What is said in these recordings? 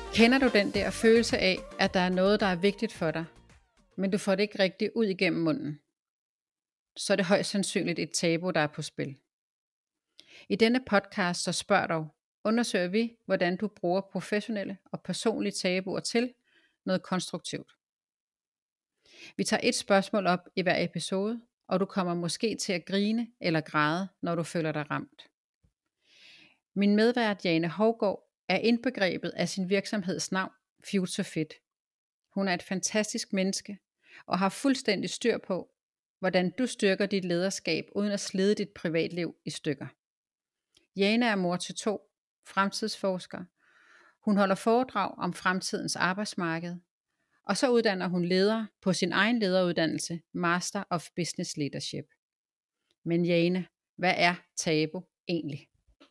Kender du den der følelse af, at der er noget, der er vigtigt for dig, men du får det ikke rigtig ud igennem munden? Så er det højst sandsynligt et tabu, der er på spil. I denne podcast så spørger dog, undersøger vi, hvordan du bruger professionelle og personlige tabuer til noget konstruktivt. Vi tager et spørgsmål op i hver episode, og du kommer måske til at grine eller græde, når du føler dig ramt. Min medvært Jane Hougaard er indbegrebet af sin virksomheds navn, FutureFit. Hun er et fantastisk menneske og har fuldstændig styr på, hvordan du styrker dit lederskab uden at slide dit privatliv i stykker. Jane er mor til 2, fremtidsforsker. Hun holder foredrag om fremtidens arbejdsmarked, og så uddanner hun ledere på sin egen lederuddannelse, Master of Business Leadership. Men Jane, hvad er tabu egentlig?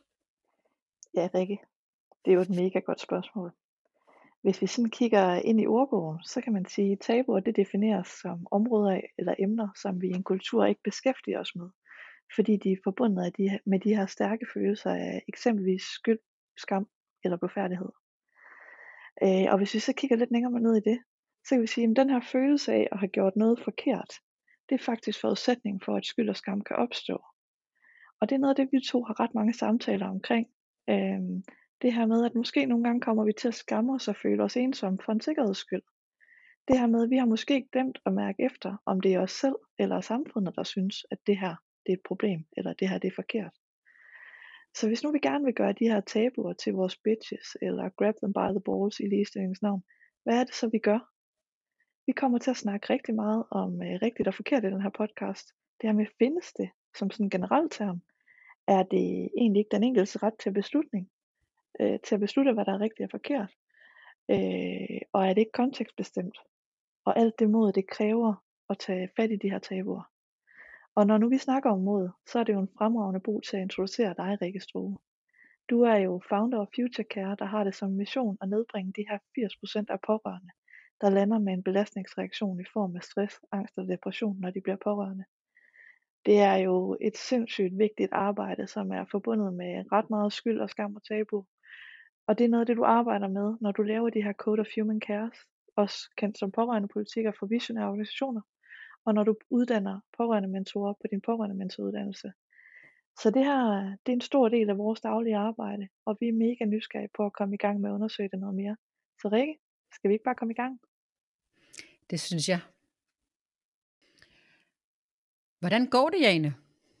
Ja, Rikke, det er jo et mega godt spørgsmål. Hvis vi sådan kigger ind i ordbogen, så kan man sige, at tabuer det defineres som områder eller emner, som vi i en kultur ikke beskæftiger os med, fordi de er forbundet med de her stærke følelser af eksempelvis skyld, skam eller blufærdighed. Og hvis vi så kigger lidt længere ned i det, så kan vi sige, at den her følelse af at have gjort noget forkert, det er faktisk forudsætningen for, at skyld og skam kan opstå. Og det er noget af det, vi to har ret mange samtaler omkring. Det her med, at måske nogle gange kommer vi til at skamme os og føle os ensomme for en sikkerheds skyld. Det her med, at vi har måske glemt at mærke efter, om det er os selv eller samfundet, der synes, at det her det er et problem, eller det her det er forkert. Så hvis nu vi gerne vil gøre de her tabuer til vores bitches, eller grab them by the balls i ligestillingens navn, hvad er det så, vi gør? Vi kommer til at snakke rigtig meget om rigtigt og forkert i den her podcast. Det her med, findes det som sådan en generel term? Er det egentlig ikke den enkeltes ret til beslutning? Til at beslutte, hvad der er rigtigt og forkert? Og er det ikke kontekstbestemt? Og alt det mod, det kræver at tage fat i de her tabuer. Og når nu vi snakker om mod, så er det jo en fremragende brug til at introducere dig, Rikke Stroge. Du er jo founder af Future Care, der har det som mission at nedbringe de her 80% af pårørende, der lander med en belastningsreaktion i form af stress, angst og depression, når de bliver pårørende. Det er jo et sindssygt vigtigt arbejde, som er forbundet med ret meget skyld og skam og tabu. Og det er noget af det, du arbejder med, når du laver de her Code of Human Cares, også kendt som pårørendepolitikker for visionære organisationer, og når du uddanner pårørende mentorer på din pårørende mentoruddannelse. Så det her, det er en stor del af vores daglige arbejde, og vi er mega nysgerrige på at komme i gang med at undersøge det noget mere. Så Rikke, skal vi ikke bare komme i gang? Det synes jeg. Hvordan går det, Jane?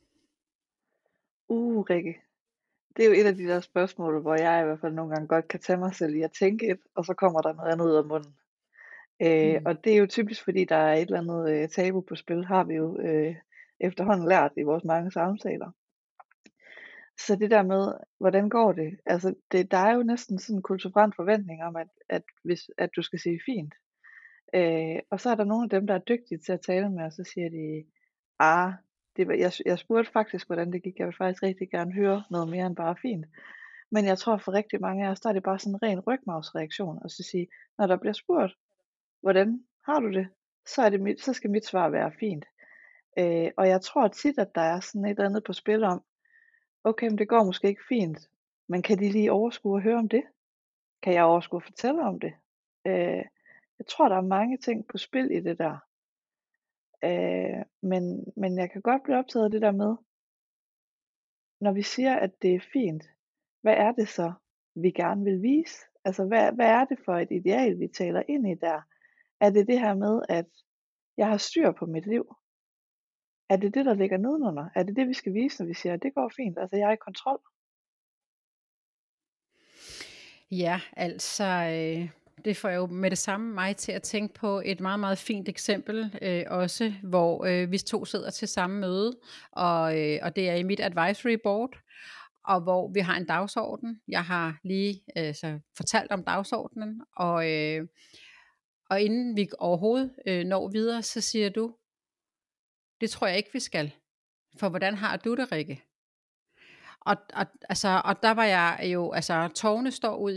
Rikke, det er jo et af de der spørgsmål, hvor jeg i hvert fald nogle gange godt kan tage mig selv i at tænke et, og så kommer der noget andet ud af munden. Og det er jo typisk, fordi der er et eller andet tabu på spil, har vi jo efterhånden lært i vores mange samtaler. Så det der med, hvordan går det? Altså, der er jo næsten sådan en kulturel forventning om, at du skal sige fint. Og så er der nogle af dem, der er dygtige til at tale med, og så siger de, jeg spurgte faktisk, hvordan det gik. Jeg vil faktisk rigtig gerne høre noget mere end bare fint. Men jeg tror for rigtig mange af os, der er det bare sådan en ren rygmarvsreaktion, og så sige, når der bliver spurgt, hvordan har du det, så skal mit svar være fint. Og jeg tror tit, at der er sådan et eller andet på spil om, okay, men det går måske ikke fint, men kan de lige overskue at høre om det? Kan jeg overskue at fortælle om det? Jeg tror, der er mange ting på spil i det der. Men jeg kan godt blive optaget af det der med, når vi siger, at det er fint, hvad er det så, vi gerne vil vise? Altså, hvad er det for et ideal, vi taler ind i der? Er det det her med, at jeg har styr på mit liv? Er det det, der ligger nedenunder? Er det det, vi skal vise, når vi siger, at det går fint? Altså, jeg er i kontrol. Ja, altså, det får jo med det samme mig til at tænke på et meget, meget fint eksempel også, hvor vi to sidder til samme møde, og det er i mit advisory board, og hvor vi har en dagsorden. Jeg har lige så fortalt om dagsordenen, og inden vi overhovedet når videre, så siger du, det tror jeg ikke, vi skal. For hvordan har du det, Rikke? Og der var jeg jo, altså tårne står ud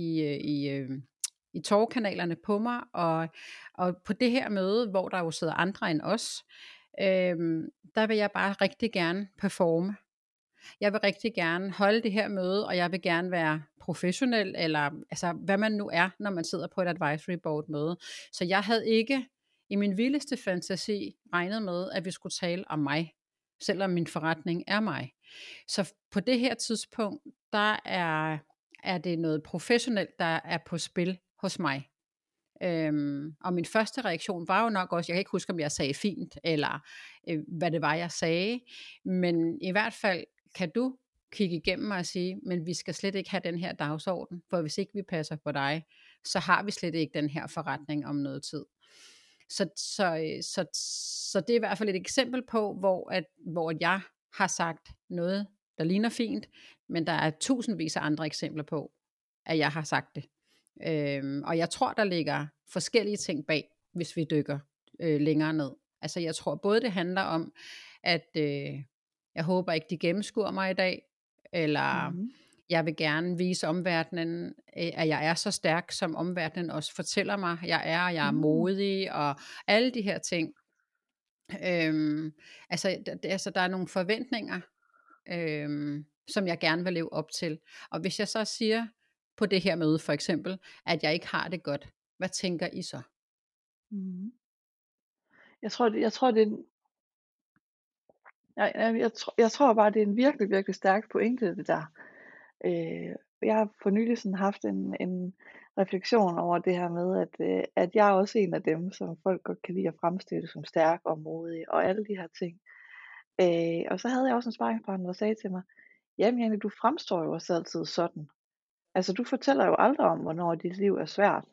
i tårkanalerne på mig, og på det her møde, hvor der jo sidder andre end os, der vil jeg bare rigtig gerne performe. Jeg vil rigtig gerne holde det her møde, og jeg vil gerne være professionel, eller altså, hvad man nu er, når man sidder på et advisory board møde. Så jeg havde ikke i min vildeste fantasi regnet med, at vi skulle tale om mig, selvom min forretning er mig. Så på det her tidspunkt, der er det noget professionelt, der er på spil hos mig. Og min første reaktion var jo nok også, jeg kan ikke huske, om jeg sagde fint, eller hvad det var, jeg sagde, men i hvert fald kan du kigge igennem mig og sige, men vi skal slet ikke have den her dagsorden, for hvis ikke vi passer på dig, så har vi slet ikke den her forretning om noget tid. Så det er i hvert fald et eksempel på, hvor jeg har sagt noget, der ligner fint, men der er tusindvis af andre eksempler på, at jeg har sagt det. Og jeg tror, der ligger forskellige ting bag, hvis vi dykker længere ned. Altså jeg tror både det handler om, at jeg håber ikke de gennemskuer mig i dag, eller jeg vil gerne vise omverdenen, at jeg er så stærk, som omverdenen også fortæller mig, jeg er, og jeg er modig, og alle de her ting. Altså der er nogle forventninger, som jeg gerne vil leve op til. Og hvis jeg så siger på det her møde for eksempel, at jeg ikke har det godt, hvad tænker I så? Jeg tror bare, det er en virkelig, virkelig stærk pointe, det der. Jeg har for nylig sådan haft en refleksion over det her med, at jeg er også en af dem, som folk godt kan lide at fremstille som stærk og modig og alle de her ting. Og så havde jeg også en sparringspartner, der sagde til mig, jamen Janne, du fremstår jo også altid sådan. Altså du fortæller jo aldrig om, hvornår dit liv er svært.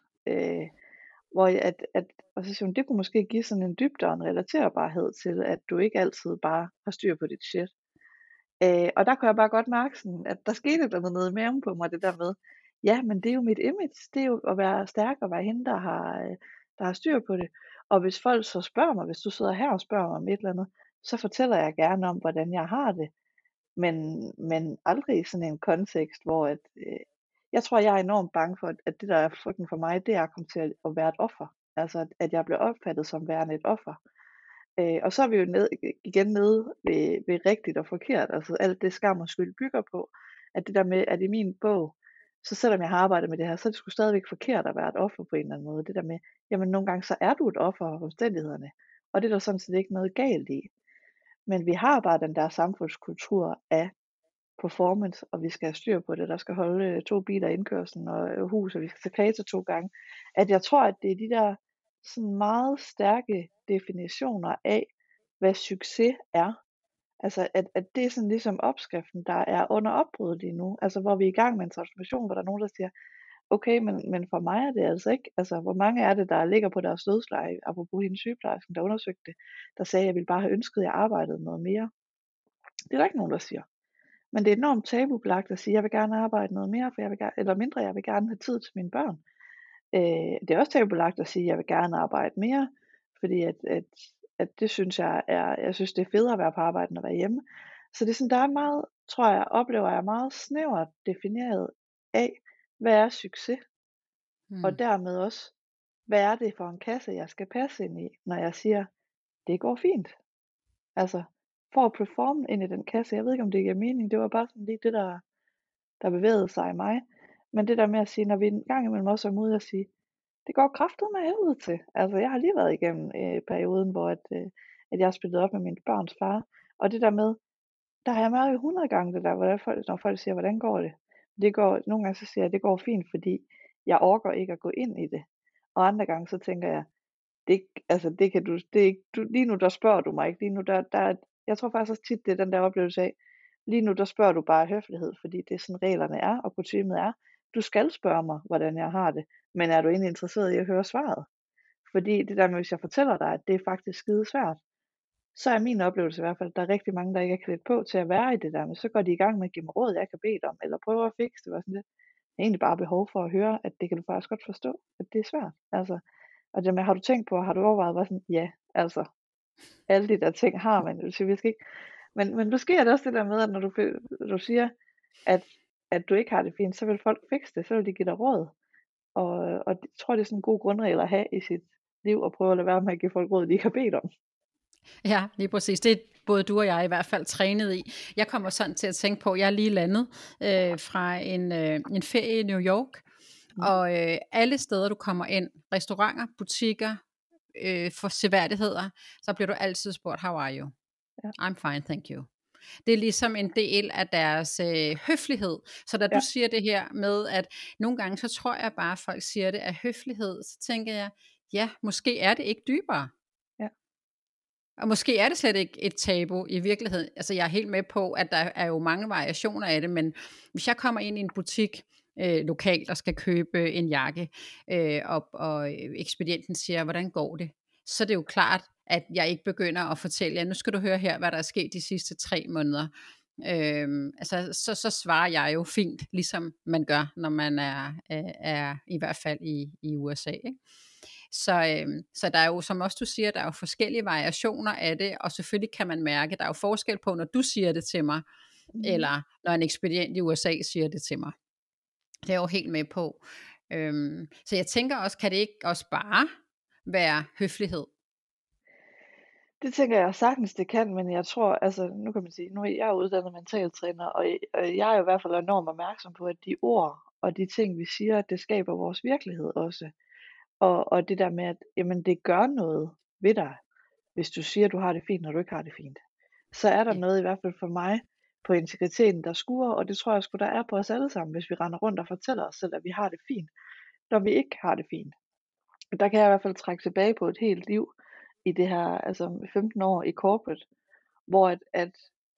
Og så siger hun, det kunne måske give sådan en dybde og en relaterbarhed til, at du ikke altid bare har styr på dit shit. Og der kunne jeg bare godt mærke sådan, at der skete noget nede i maven på mig, det der med, ja, men det er jo mit image, det er jo at være stærk og være hende, der har styr på det. Og hvis folk så spørger mig, hvis du sidder her og spørger mig om et eller andet, så fortæller jeg gerne om, hvordan jeg har det. Men aldrig i sådan en kontekst, hvor jeg tror, jeg er enormt bange for, at det der er frygten for mig, det er at komme til at være et offer. Altså at jeg bliver opfattet som værende et offer. Og så er vi jo igen nede ved rigtigt og forkert. Altså alt det skam og skyld bygger på, at det der med, at i min bog, så selvom jeg har arbejdet med det her, så er det sgu stadigvæk forkert at være et offer på en eller anden måde. Det der med, jamen nogle gange så er du et offer af omstændighederne. Og det er der sådan set ikke noget galt i. Men vi har bare den der samfundskultur af performance, og vi skal have styr på det. Der skal holde 2 biler i indkørslen og hus, og vi skal til Kreta 2 gange. At jeg tror, at det er de der sådan meget stærke definitioner af, hvad succes er. Altså at det er sådan ligesom opskriften, der er under opbrud lige nu. Altså hvor vi er i gang med en transformation, hvor der er nogen, der siger, okay, men for mig er det altså ikke, altså hvor mange er det, der ligger på deres dødsleje, apropos hende sygeplejersken, der undersøgte det, der sagde, at jeg ville bare have ønsket, at jeg arbejdede noget mere. Det er der ikke nogen, der siger. Men det er enormt tabubelagt at sige, at jeg vil gerne arbejde noget mere, for jeg vil gerne, eller mindre, jeg vil gerne have tid til mine børn. Det er også tabubelagt at sige, at jeg vil gerne arbejde mere, fordi at det synes jeg synes det er federe at være på arbejde end at være hjemme. Så det er sådan, der er meget, tror jeg, oplever jeg meget snævert defineret af, hvad er succes? Og dermed også, hvad er det for en kasse, jeg skal passe ind i, når jeg siger, det går fint. Altså, for at performe ind i den kasse, jeg ved ikke, om det giver mening, det var bare sådan lige det, der bevægede sig i mig. Men det der med at sige, når vi en gang imellem også er ude at sige, det går kraftedeme med helvede til. Altså, jeg har lige været igennem perioden, hvor at jeg har spillet op med min børns far. Og det der med, der har jeg mærket 100 gange det der, når folk siger, hvordan går det? Nogle gange så siger jeg, det går fint, fordi jeg orker ikke at gå ind i det. Og andre gange så tænker jeg, lige nu der spørger du mig ikke, lige nu jeg tror faktisk også tit, det er den der oplevelse af, lige nu der spørger du bare af høflighed, fordi det er sådan reglerne er, og kutymet er. Du skal spørge mig, hvordan jeg har det, men er du egentlig interesseret i at høre svaret? Fordi det der med, hvis jeg fortæller dig, at det er faktisk skide svært, så er min oplevelse i hvert fald, at der er rigtig mange, der ikke er klædt på til at være i det der, men så går de i gang med at give mig råd, jeg kan bede om, eller prøve at fikse det, og sådan lidt. Jeg har egentlig bare behov for at høre, at det kan du faktisk godt forstå, at det er svært. Altså, og det med, har du tænkt på, har du overvejet, hvad sådan, ja, altså, alle de der ting har man jo typisk ikke. Men måske er det også det der med, at når du siger, at du ikke har det fint, så vil folk fikse det, så vil de give dig råd. Og jeg tror, det er sådan en god grundregel at have i sit liv, og prøve at lade være med at give folk råd, de ikke har bedt om. Ja, lige præcis. Det både du og jeg i hvert fald trænet i. Jeg kommer sådan til at tænke på, jeg er lige landet fra en ferie i New York, Mm. og alle steder du kommer ind, restauranter, butikker, for seværdigheder, så bliver du altid spurgt, how are you? Ja. I'm fine, thank you. Det er ligesom en del af deres høflighed. Så da du Ja. siger det her med, at nogle gange, så tror jeg bare, at folk siger det af høflighed, så tænker jeg, ja, måske er det ikke dybere. Ja. Og måske er det slet ikke et tabu i virkeligheden. Altså jeg er helt med på, at der er jo mange variationer af det, men hvis jeg kommer ind i en butik lokalt og skal købe en jakke, og ekspedienten siger, hvordan går det? Så er det jo klart, at jeg ikke begynder at fortælle jer, nu skal du høre her, hvad der er sket de sidste 3 måneder. Så svarer jeg jo fint, ligesom man gør, når man er i hvert fald i USA, ikke? Så der er jo, som også du siger, der er jo forskellige variationer af det, og selvfølgelig kan man mærke, der er jo forskel på, når du siger det til mig, eller når en ekspedient i USA siger det til mig. Det er jeg jo helt med på. Så jeg tænker også, kan det ikke også bare være høflighed? Det tænker jeg sagtens, det kan, men jeg tror, altså nu kan man sige, nu er jeg uddannet mentaltræner, og jeg er jo i hvert fald enormt opmærksom på, at de ord og de ting, vi siger, det skaber vores virkelighed også. Og det der med, at jamen, det gør noget ved dig, hvis du siger, at du har det fint, når du ikke har det fint. Så er der Ja. noget i hvert fald for mig på integriteten, der skuer, og det tror jeg sgu, der er på os alle sammen, hvis vi render rundt og fortæller os selv, at vi har det fint, når vi ikke har det fint. Der kan jeg i hvert fald trække tilbage på et helt liv i det her, altså 15 år i corporate, hvor at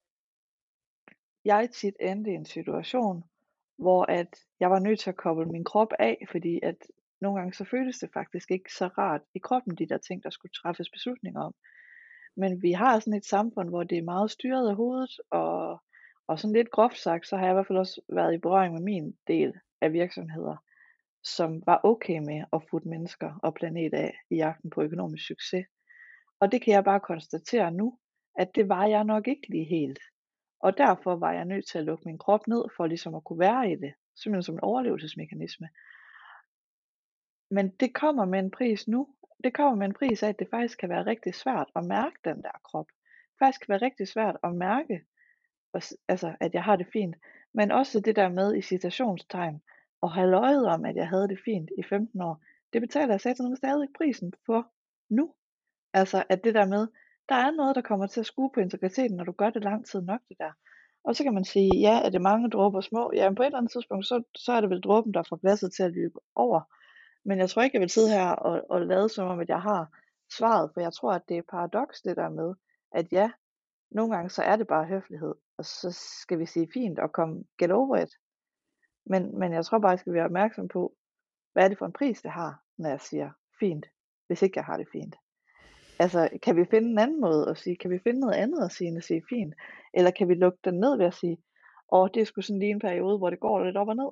jeg tit endte i en situation, hvor at jeg var nødt til at koble min krop af, fordi at nogle gange så føltes det faktisk ikke så rart i kroppen, de der ting, der skulle træffes beslutninger om. Men vi har sådan et samfund, hvor det er meget styret af hovedet, og sådan lidt groft sagt, så har jeg i hvert fald også været i berøring med min del af virksomheder, som var okay med at futte mennesker og planet af i jagten på økonomisk succes. Og det kan jeg bare konstatere nu, at det var jeg nok ikke lige helt. Og derfor var jeg nødt til at lukke min krop ned, for ligesom at kunne være i det, simpelthen som en overlevelsesmekanisme. Men det kommer med en pris nu. Det kommer med en pris af, at det faktisk kan være rigtig svært at mærke den der krop. Det faktisk kan være rigtig svært at mærke, altså, at jeg har det fint. Men også det der med i citationstegn, at have løjet om, at jeg havde det fint i 15 år, det betaler jeg satan stadig prisen for nu. Altså, at det der med, der er noget, der kommer til at skue på integriteten, når du gør det lang tid nok, det der. Og så kan man sige, ja, er det mange dråber små? Ja, men på et eller andet tidspunkt, så er det vel dråben, der får glasset til at løbe over. Men jeg tror ikke, jeg vil sidde her og lade som om, at jeg har svaret, for jeg tror, at det er et paradoks, det der med, at ja, nogle gange så er det bare høflighed, og så skal vi sige fint og get over it. Men jeg tror bare, jeg skal være opmærksom på, hvad er det for en pris, det har, når jeg siger fint, hvis ikke jeg har det fint. Altså, kan vi finde en anden måde at sige, kan vi finde noget andet at sige, end at sige fint? Eller kan vi lukke den ned ved at sige, det er sgu sådan lige en periode, hvor det går lidt op og ned.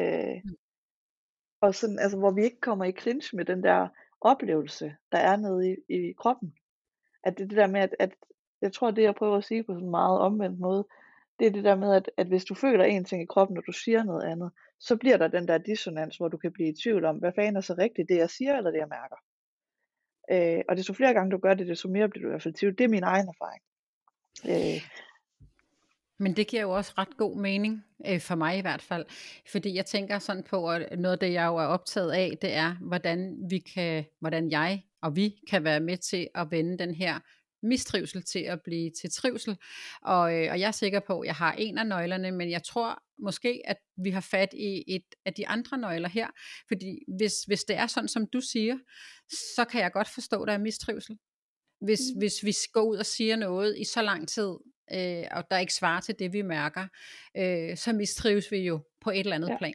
Og sådan, altså, hvor vi ikke kommer i clinch med den der oplevelse, der er nede i kroppen. At det der med, at jeg tror, det jeg prøver at sige på sådan en meget omvendt måde, det er det der med, at hvis du føler en ting i kroppen, og du siger noget andet, så bliver der den der dissonans, hvor du kan blive i tvivl om, hvad fanden er så rigtigt, det jeg siger, eller det jeg mærker. Og desto flere gange du gør det, desto mere bliver du i hvert fald i tvivl. Det er min egen erfaring. Men det giver jo også ret god mening, for mig i hvert fald. Fordi jeg tænker sådan på, at noget af det, jeg jo er optaget af, det er, hvordan jeg og vi kan være med til at vende den her mistrivsel til at blive til trivsel. Og jeg er sikker på, at jeg har en af nøglerne, men jeg tror måske, at vi har fat i et af de andre nøgler her. Fordi hvis det er sådan, som du siger, så kan jeg godt forstå, at der er mistrivsel. Hvis vi går ud og siger noget i så lang tid, og der ikke svarer til det, vi mærker, så mistrives vi jo på et eller andet plan.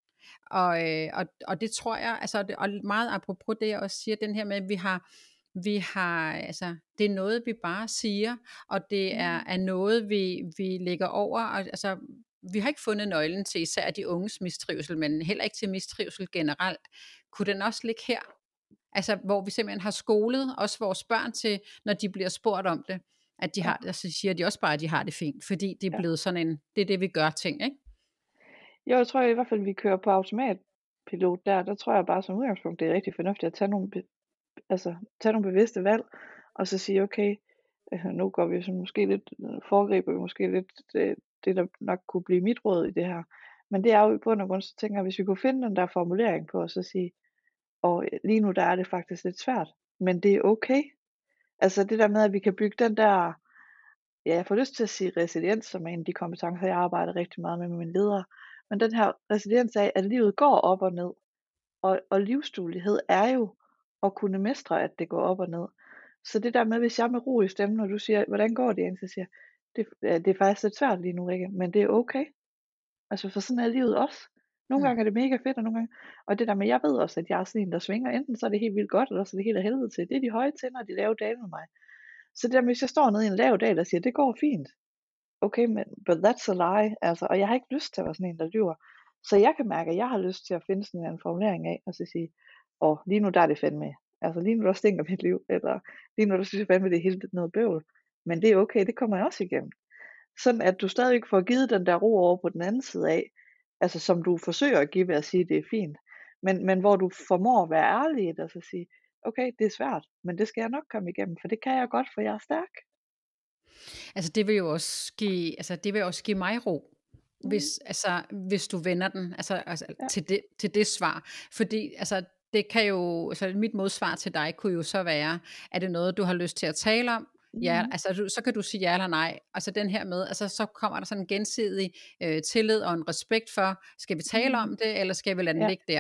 Og det tror jeg, altså, og meget apropos det, jeg også siger, den her med, at vi har, altså, det er noget, vi bare siger, og det er noget, vi lægger over, og altså, vi har ikke fundet nøglen til især de unges mistrivsel, men heller ikke til mistrivsel generelt. Kunne den også ligge her? Altså, hvor vi simpelthen har skolet også vores børn til, når de bliver spurgt om det, at de har det, så siger de også bare, at de har det fint, fordi det er blevet sådan en, det er det, vi gør ting, ikke? Jo, jeg tror i hvert fald, at vi kører på automatpilot der tror jeg bare som udgangspunkt, det er rigtig fornuftigt at tage nogle bevidste valg, og så sige, okay, nu går vi sådan måske lidt, foregriber vi måske lidt det, der nok kunne blive mit råd i det her. Men det er jo i bund og grund, så tænker jeg, hvis vi kunne finde den der formulering på, og så sige, og lige nu der er det faktisk lidt svært, men det er okay. Altså det der med, at vi kan bygge den der, ja, jeg får lyst til at sige resiliens, som er en af de kompetencer, jeg arbejder rigtig meget med mine ledere. Men den her resiliens af, at livet går op og ned. Og livsduelighed er jo at kunne mestre, at det går op og ned. Så det der med, hvis jeg med ro i stemmen, når du siger, hvordan går det egentlig, så siger jeg, det er faktisk lidt svært lige nu, Rikke, men det er okay. Altså for sådan er livet også. Nogle gange er det mega fedt, og nogle gange, og det der med, jeg ved også, at jeg er sådan en, der svinger, enten så er det helt vildt godt, eller så er det helt af helvede til. Det er de høje tænder, og de lave dale med mig. Så det der med, hvis jeg står nede i en lav dal og siger, det går fint, okay, men but that's a lie, altså, og jeg har ikke lyst til at være sådan en, der lyver. Så jeg kan mærke, at jeg har lyst til at finde sådan en formulering af, og så sige, lige nu der er det fandme, altså lige nu der stinker mit liv, eller lige nu der synes jeg fandme, det er helt noget bøvl. Men det er okay, det kommer jeg også igennem. Sådan at du stadig får givet den der ro over på den anden side af, altså som du forsøger at give ved at sige, det er fint. Men hvor du formår at være ærlig i det, og så sige, okay, det er svært, men det skal jeg nok komme igennem, for det kan jeg godt, for jeg er stærk. Altså det vil jo også give, altså det vil også give mig ro, hvis du vender den, Ja. til det svar. Fordi altså det kan jo, altså mit modsvar til dig kunne jo så være, er det noget, du har lyst til at tale om? Ja, Mhm. altså så kan du sige ja eller nej. Altså den her med, altså så kommer der sådan en gensidig tillid og en respekt for, skal vi tale om det, eller skal vi lade den Ja. ligge der?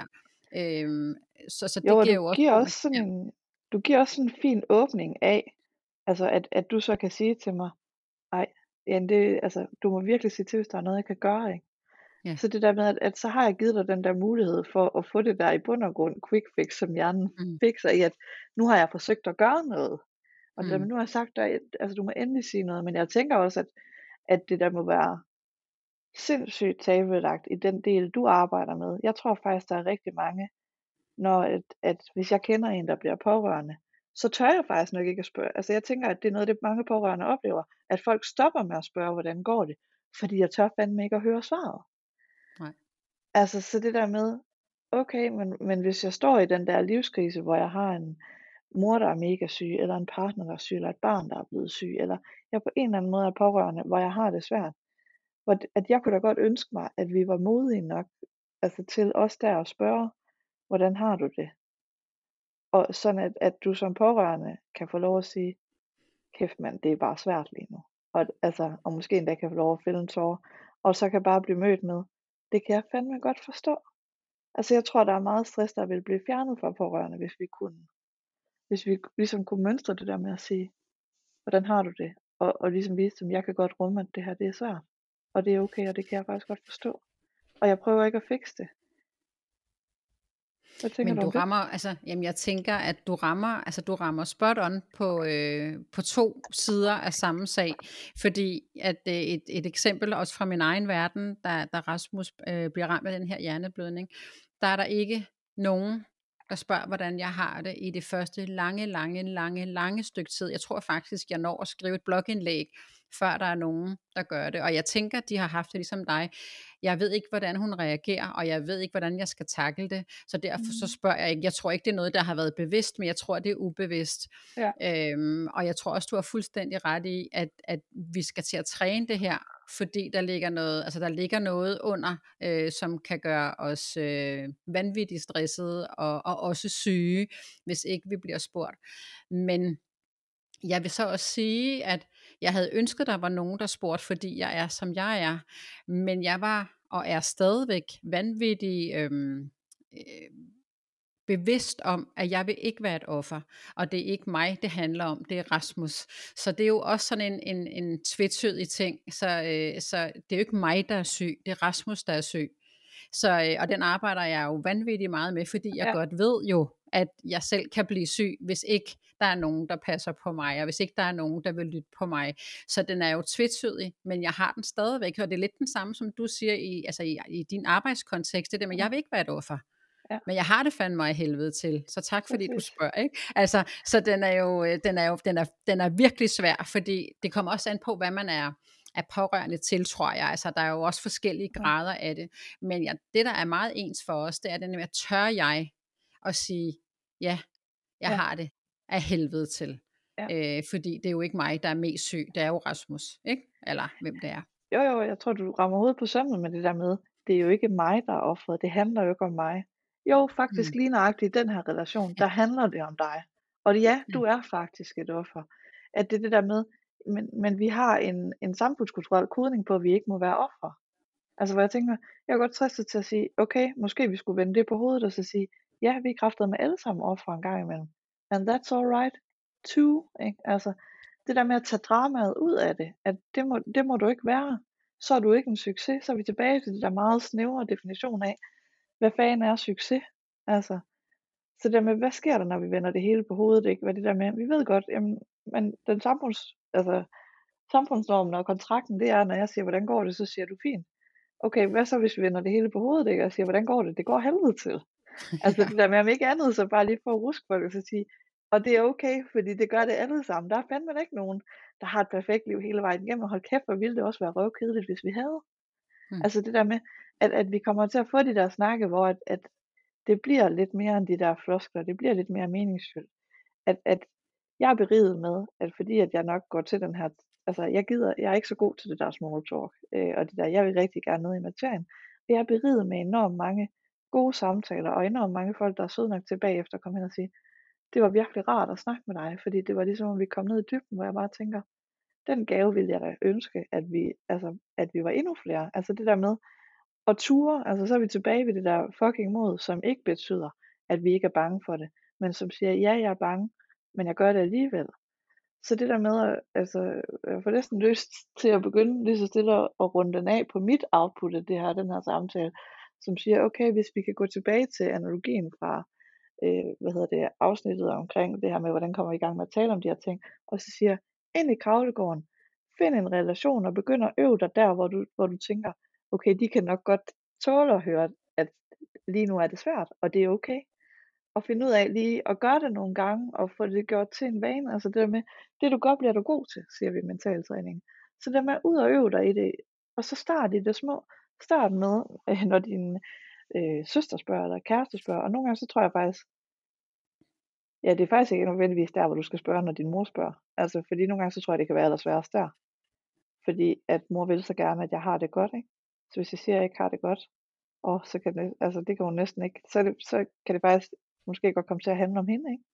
Så Jo, det og giver jo også ro. Ja. du giver også sådan en fin åbning af, altså at du så kan sige til mig, ej, Jan, altså, du må virkelig sige til, hvis der er noget, jeg kan gøre, ikke? Ja. Så det der med, at så har jeg givet dig den der mulighed for at få det der i bund og grund quick fix, som hjernen Mm. fikser i, at nu har jeg forsøgt at gøre noget. Og det der med, Mm. nu har jeg sagt dig, altså du må endelig sige noget, men jeg tænker også, at det der må være sindssygt tabubelagt i den del, du arbejder med. Jeg tror faktisk, der er rigtig mange, når at hvis jeg kender en, der bliver pårørende, så tør jeg faktisk nok ikke at spørge. Altså jeg tænker, at det er noget, det mange pårørende oplever, at folk stopper med at spørge, hvordan går det, fordi jeg tør fandme ikke at høre svaret. Nej. Altså så det der med, okay, men hvis jeg står i den der livskrise, hvor jeg har en mor, der er mega syg, eller en partner, der er syg, eller et barn, der er blevet syg, eller jeg på en eller anden måde er pårørende, hvor jeg har det svært, at jeg kunne da godt ønske mig, at vi var modige nok, altså til os der at spørge, hvordan har du det? Og sådan at du som pårørende kan få lov at sige, kæft mand, det er bare svært lige nu. Og måske endda kan få lov at fælde en tåre, og så kan bare blive mødt med, det kan jeg fandme godt forstå. Altså jeg tror, der er meget stress, der vil blive fjernet fra pårørende, hvis vi ligesom kunne mønstre det der med at sige, hvordan har du det? Og ligesom vise dem, jeg kan godt rumme, at det her det er svært. Og det er okay, og det kan jeg faktisk godt forstå. Og jeg prøver ikke at fikse det. Hvad tænker Men du du om det? rammer, altså, jamen jeg tænker, at du rammer spot on på to sider af samme sag, fordi at et eksempel også fra min egen verden, da Rasmus bliver ramt af den her hjerneblødning, der er der ikke nogen, der spørger, hvordan jeg har det i det første lange stykke tid. Jeg tror faktisk, jeg når at skrive et blogindlæg, før der er nogen, der gør det. Og jeg tænker, de har haft det ligesom dig. Jeg ved ikke, hvordan hun reagerer, og jeg ved ikke, hvordan jeg skal tackle det. Så derfor så spørger jeg ikke. Jeg tror ikke, det er noget, der har været bevidst, men jeg tror, det er ubevidst. Ja. Og jeg tror også, du har fuldstændig ret i, at vi skal til at træne det her, fordi der ligger noget under, som kan gøre os vanvittigt stressede og også syge, hvis ikke vi bliver spurgt. Men jeg vil så også sige, at jeg havde ønsket, der var nogen, der spurgte, fordi jeg er, som jeg er. Men jeg var og er stadigvæk vanvittig bevidst om, at jeg vil ikke være et offer, og det er ikke mig, det handler om, det er Rasmus. Så det er jo også sådan en tvetydig ting, så det er jo ikke mig, der er syg, det er Rasmus, der er syg. Så, og den arbejder jeg jo vanvittigt meget med, fordi jeg Ja. godt ved jo, at jeg selv kan blive syg, hvis ikke der er nogen, der passer på mig, og hvis ikke der er nogen, der vil lytte på mig. Så den er jo tvetydig, men jeg har den stadigvæk, og det er lidt den samme, som du siger i din arbejdskontekst, det der med, jeg vil ikke være et offer. Ja. Men jeg har det fandme af helvede til, så tak fordi du Præcis. spørger, ikke? Altså, så den er virkelig svær, fordi det kommer også an på, hvad man er pårørende til, tror jeg. Altså, der er jo også forskellige grader af det. Men det, der er meget ens for os, det er det med, tør jeg at sige, ja, jeg har det af helvede til. Ja. Fordi det er jo ikke mig, der er mest syg. Det er jo Rasmus, ikke? Eller hvem det er. Jo, jeg tror, du rammer hovedet på sømmet med det der med, det er jo ikke mig, der er offeret. Det handler jo ikke om mig. Jo, faktisk Mm. lige nøjagtigt i den her relation, Ja, der handler det om dig. Og ja, ja, du er faktisk et offer. At det er det der med, men vi har en samfundskulturel kodning på, at vi ikke må være offer. Altså hvor jeg tænker, jeg er godt fristet til at sige, okay, måske vi skulle vende det på hovedet og så sige, ja, vi er kraftedeme alle sammen offer en gang imellem. And that's alright too, ikke? Altså det der med at tage dramaet ud af det, at det må du ikke være. Så er du ikke en succes. Så er vi tilbage til det der meget snævre definition af, hvad fanden er succes? Altså, så det der med, hvad sker der, når vi vender det hele på hovedet, ikke? Hvad det der med, vi ved godt, jamen, men den samfundsnormen og kontrakten, det er, når jeg siger, hvordan går det, så siger du fint. Okay, hvad så hvis vi vender det hele på hovedet, ikke? Og siger, hvordan går det? Det går helvede til. Altså ja. det der med, om ikke andet, så bare lige for at ruske folk og så sige, og det er okay, fordi det gør det alle sammen. Der er fandme ikke nogen, der har et perfekt liv hele vejen igennem, og hold kæft, hvor ville det også være røvkedeligt, hvis vi havde. Mm. Altså det der med, at vi kommer til at få de der snakke, hvor at det bliver lidt mere end de der floskler, det bliver lidt mere meningsfyldt. At jeg er beriget med, at fordi at jeg nok går til den her, altså jeg er ikke så god til det der small talk, og det der, jeg vil rigtig gerne ned i materien. Jeg er beriget med enormt mange gode samtaler, og enormt mange folk, der er søde nok til bagefter at komme hen og sige, det var virkelig rart at snakke med dig, fordi det var ligesom, om vi kom ned i dybden, hvor jeg bare tænker, den gave ville jeg da ønske, at vi var endnu flere. Altså det der med at ture, altså så er vi tilbage ved det der fucking mod, som ikke betyder, at vi ikke er bange for det, men som siger, ja, jeg er bange, men jeg gør det alligevel. Så det der med, jeg får næsten lyst til at begynde lige så stille at runde den af på mit output af den her samtale, som siger, okay, hvis vi kan gå tilbage til analogien fra, afsnittet omkring det her med, hvordan kommer vi i gang med at tale om de her ting, og så siger, ind i kravlegården, find en relation og begynd at øve dig der, hvor du tænker, okay, de kan nok godt tåle at høre, at lige nu er det svært, og det er okay. Og finde ud af lige at gøre det nogle gange, og få det gjort til en vane. Altså det der med, det du gør, bliver du god til, siger vi i mentaltræning. Så det med ud og øve dig i det, og så start i det små. Start med, når din søster spørger, eller kæreste spørger, og nogle gange så tror jeg faktisk, ja, det er faktisk ikke nødvendigvis der, hvor du skal spørge, når din mor spørger. Altså, fordi nogle gange så tror jeg, det kan være allersværest der. Fordi at mor vil så gerne, at jeg har det godt, ikke? Så hvis jeg siger, at jeg ikke har det godt, og så kan det, altså det kan hun næsten ikke, så kan det faktisk måske godt komme til at handle om hende, ikke?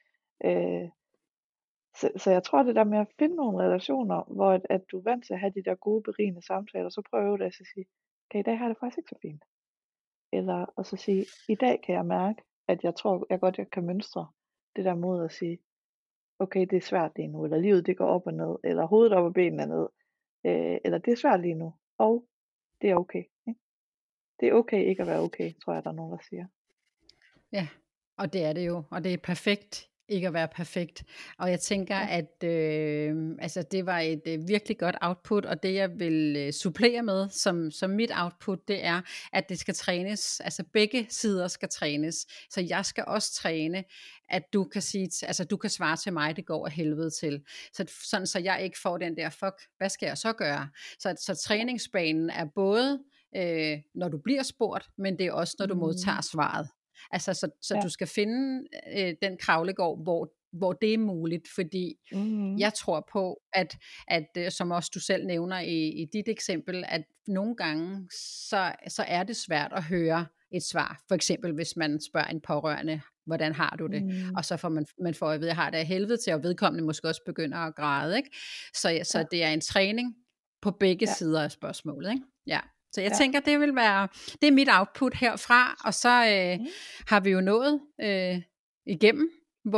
Så jeg tror det der med at finde nogle relationer, hvor at du er vant til at have de der gode berigende samtaler, så prøv det at sige, okay, i dag har jeg det faktisk ikke så fint. Eller og så sige, i dag kan jeg mærke, at jeg tror jeg kan mønstre det der mod at sige, okay, det er svært lige nu, eller livet det går op og ned, eller hovedet op og benene ned, eller det er svært lige nu, og det er okay. Ikke? Det er okay ikke at være okay, tror jeg, der er nogen, der siger. Ja, og det er det jo, og det er perfekt ikke at være perfekt. Og jeg tænker, Ja. at altså det var et virkelig godt output, og det jeg vil supplere med som mit output, det er, at det skal trænes, altså begge sider skal trænes. Så jeg skal også træne, at du kan sige, altså du kan svare til mig, det går af helvede til. Sådan så jeg ikke får den der, fuck, hvad skal jeg så gøre? Så træningsbanen er både, når du bliver spurgt, men det er også, når du modtager svaret. Altså, så Ja. du skal finde den kravlegård, hvor det er muligt, fordi jeg tror på, at som også du selv nævner i dit eksempel, at nogle gange, så er det svært at høre et svar. For eksempel, hvis man spørger en pårørende, hvordan har du det? Og så får man får at vide, at jeg har det af helvede til, og vedkommende måske også begynder at græde. Ikke? Så det er en træning på begge sider af spørgsmålet. Ikke? Ja. Så jeg tænker, det er mit output herfra, og så har vi jo nået igennem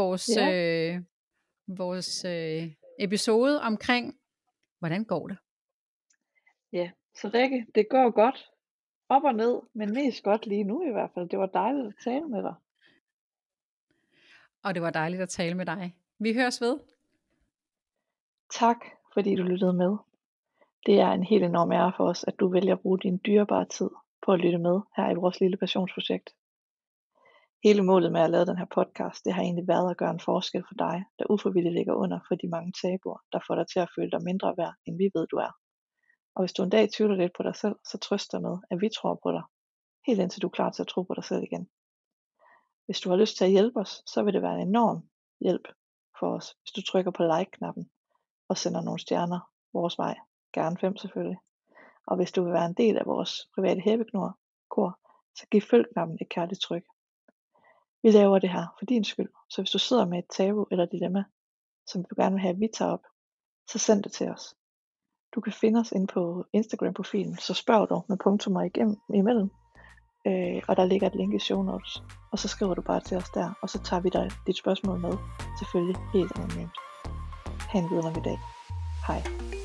vores episode omkring, hvordan går det? Ja, så Rikke, det går godt. Op og ned, men mest godt lige nu i hvert fald. Det var dejligt at tale med dig. Og det var dejligt at tale med dig. Vi høres ved. Tak, fordi du lyttede med. Det er en helt enorm ære for os, at du vælger at bruge din dyrebare tid på at lytte med her i vores lille passionsprojekt. Hele målet med at lave den her podcast, det har egentlig været at gøre en forskel for dig, der ufrivilligt ligger under for de mange tabuer, der får dig til at føle dig mindre værd, end vi ved du er. Og hvis du en dag tvivler lidt på dig selv, så trøst dig med, at vi tror på dig, helt indtil du er klar til at tro på dig selv igen. Hvis du har lyst til at hjælpe os, så vil det være en enorm hjælp for os, hvis du trykker på like-knappen og sender nogle stjerner vores vej. Gerne 5 selvfølgelig. Og hvis du vil være en del af vores private happykor, så giv følg-knappen et kærligt tryk. Vi laver det her for din skyld, så hvis du sidder med et tabu eller dilemma, som du gerne vil have, at vi tager op, så send det til os. Du kan finde os inde på Instagram-profilen, så spørg du med punktummer imellem, og der ligger et link i show notes, og så skriver du bare til os der, og så tager vi dig dit spørgsmål med, selvfølgelig helt anonymt. Ha' en vidunderlig dag. Hej.